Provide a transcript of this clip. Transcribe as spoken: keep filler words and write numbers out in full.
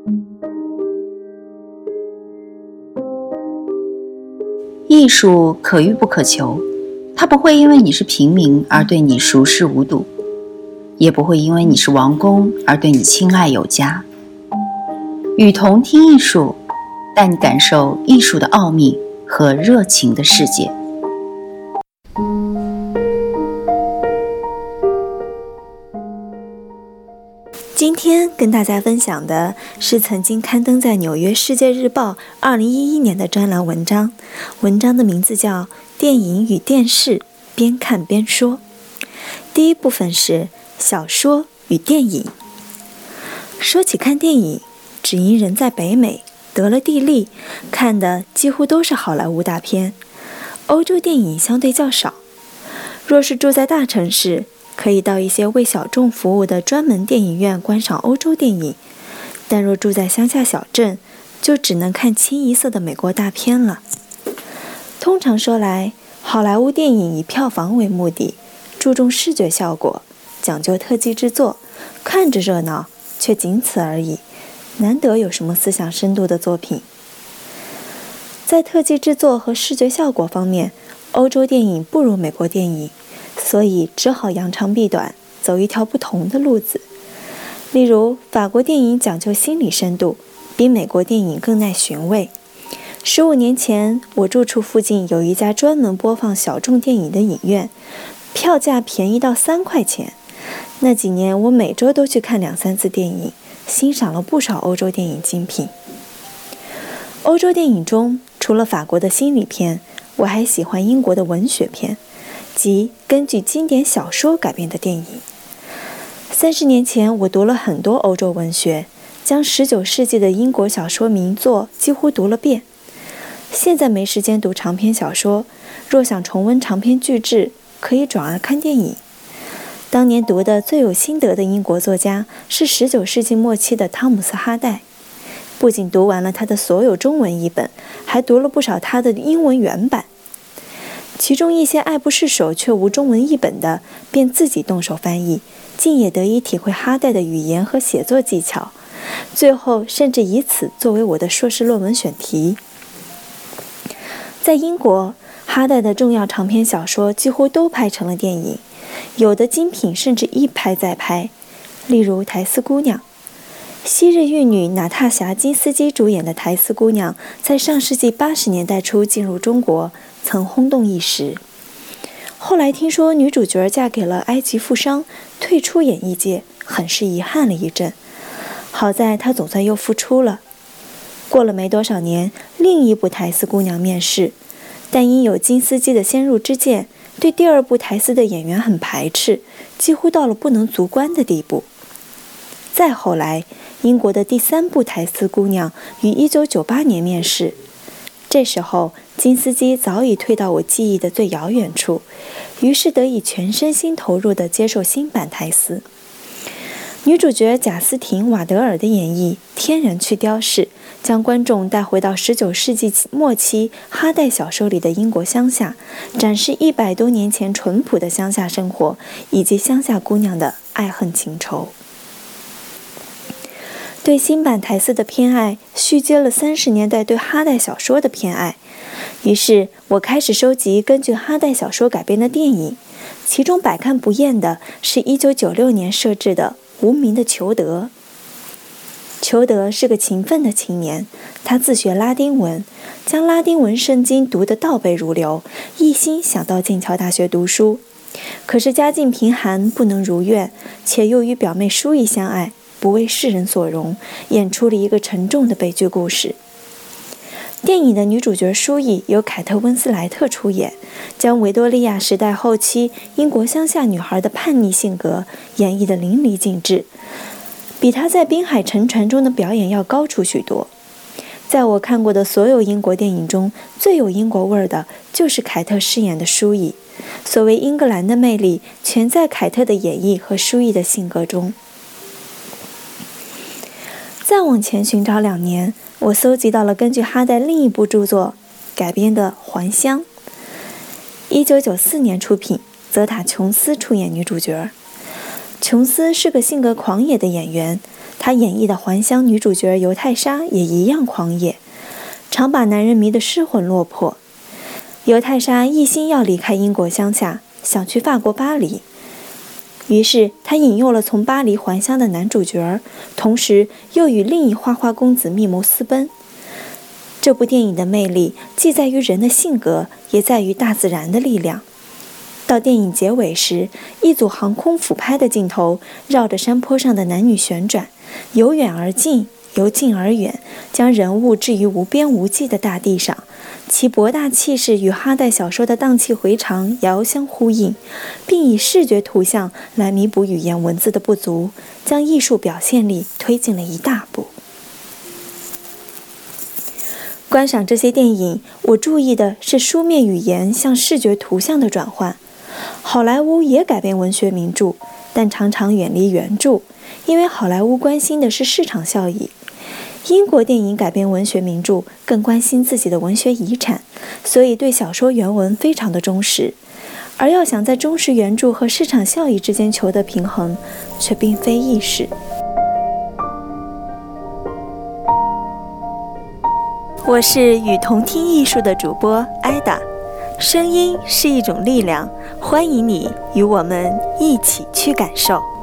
艺术可遇不可求，它不会因为你是平民而对你熟视无睹，也不会因为你是王公而对你青睐有加。与同听艺术，带你感受艺术的奥秘和热情的世界。 今天跟大家分享的是曾经刊登在纽约世界日报二零一一年的专栏文章，文章的名字叫《电影与电视，边看边说》。第一部分是小说与电影。说起看电影，只因人在北美，得了地利，看的几乎都是好莱坞大片，欧洲电影相对较少。若是住在大城市，可以到一些为小众服务的专门电影院观赏欧洲电影，但若住在乡下小镇，就只能看清一色的美国大片了。通常说来，好莱坞电影以票房为目的，注重视觉效果，讲究特技制作，看着热闹，却仅此而已，难得有什么思想深度的作品。在特技制作和视觉效果方面，欧洲电影不如美国电影，所以只好扬长避短，走一条不同的路子。例如，法国电影讲究心理深度，比美国电影更耐寻味。十五年前，我住处附近有一家专门播放小众电影的影院，票价便宜到三块钱。那几年，我每周都去看两三次电影，欣赏了不少欧洲电影精品。欧洲电影中，除了法国的心理片，我还喜欢英国的文学片，即根据经典小说改编的电影。三十年前，我读了很多欧洲文学，将十九世纪的英国小说名作几乎读了遍。现在没时间读长篇小说，若想重温长篇巨制，可以转而看电影。当年读的最有心得的英国作家是十九世纪末期的汤姆斯·哈代，不仅读完了他的所有中文译本，还读了不少他的英文原版。其中一些爱不释手却无中文译本的，便自己动手翻译，竟也得以体会哈代的语言和写作技巧，最后甚至以此作为我的硕士论文选题。在英国，哈代的重要长篇小说几乎都拍成了电影，有的精品甚至一拍再拍，例如《苔丝姑娘》。昔日玉女娜塔霞·金斯基主演的《苔丝姑娘》在上世纪八十年代初进入中国，曾轰动一时。后来听说女主角嫁给了埃及富商，退出演艺界，很是遗憾了一阵。好在她总算又复出了。过了没多少年，另一部《苔丝姑娘》面世，但因有金斯基的先入之见，对第二部苔丝的演员很排斥，几乎到了不能足观的地步。再后来，英国的第三部《苔丝姑娘》于一九九八年面世，这时候金斯基早已退到我记忆的最遥远处，于是得以全身心投入地接受新版苔丝。女主角贾斯汀·瓦德尔的演绎天然去雕饰，将观众带回到十九世纪末期哈代小说里的英国乡下，展示一百多年前淳朴的乡下生活以及乡下姑娘的爱恨情仇。对新版苔丝的偏爱续接了三十年代对哈代小说的偏爱，于是我开始收集根据哈代小说改编的电影，其中百看不厌的是一九九六年摄制的《无名的裘德》。裘德是个勤奋的青年，他自学拉丁文，将拉丁文圣经读得倒背如流，一心想到剑桥大学读书。可是家境贫寒，不能如愿，且又与表妹舒仪相爱，不为世人所容，演出了一个沉重的悲剧故事。电影的女主角舒仪由凯特·温斯莱特出演，将维多利亚时代后期英国乡下女孩的叛逆性格演绎得淋漓尽致，比她在《滨海沉船》中的表演要高出许多。在我看过的所有英国电影中，最有英国味儿的就是凯特饰演的舒仪。所谓英格兰的魅力，全在凯特的演绎和舒仪的性格中。再往前寻找两年，我搜集到了根据哈代另一部著作改编的《还乡》。一九九四年出品，泽塔·琼斯出演女主角。琼斯是个性格狂野的演员， 他演绎的还乡女主角犹太莎也一样狂野，常把男人迷得失魂落魄。犹太莎一心要离开英国乡下，想去法国巴黎。于是他引诱了从巴黎还乡的男主角，同时又与另一花花公子密谋私奔。这部电影的魅力既在于人的性格，也在于大自然的力量。到电影结尾时，一组航空俯拍的镜头绕着山坡上的男女旋转，由远而近，由近而远，将人物置于无边无际的大地上，其博大气势与哈代小说的荡气回肠遥相呼应，并以视觉图像来弥补语言文字的不足，将艺术表现力推进了一大步。观赏这些电影，我注意的是书面语言向视觉图像的转换。好莱坞也改编文学名著，但常常远离原著，因为好莱坞关心的是市场效益。英国电影改编文学名著更关心自己的文学遗产，所以对小说原文非常的忠实。而要想在忠实原著和市场效益之间求得平衡，却并非易事。我是与同听艺术的主播艾达，声音是一种力量，欢迎你与我们一起去感受。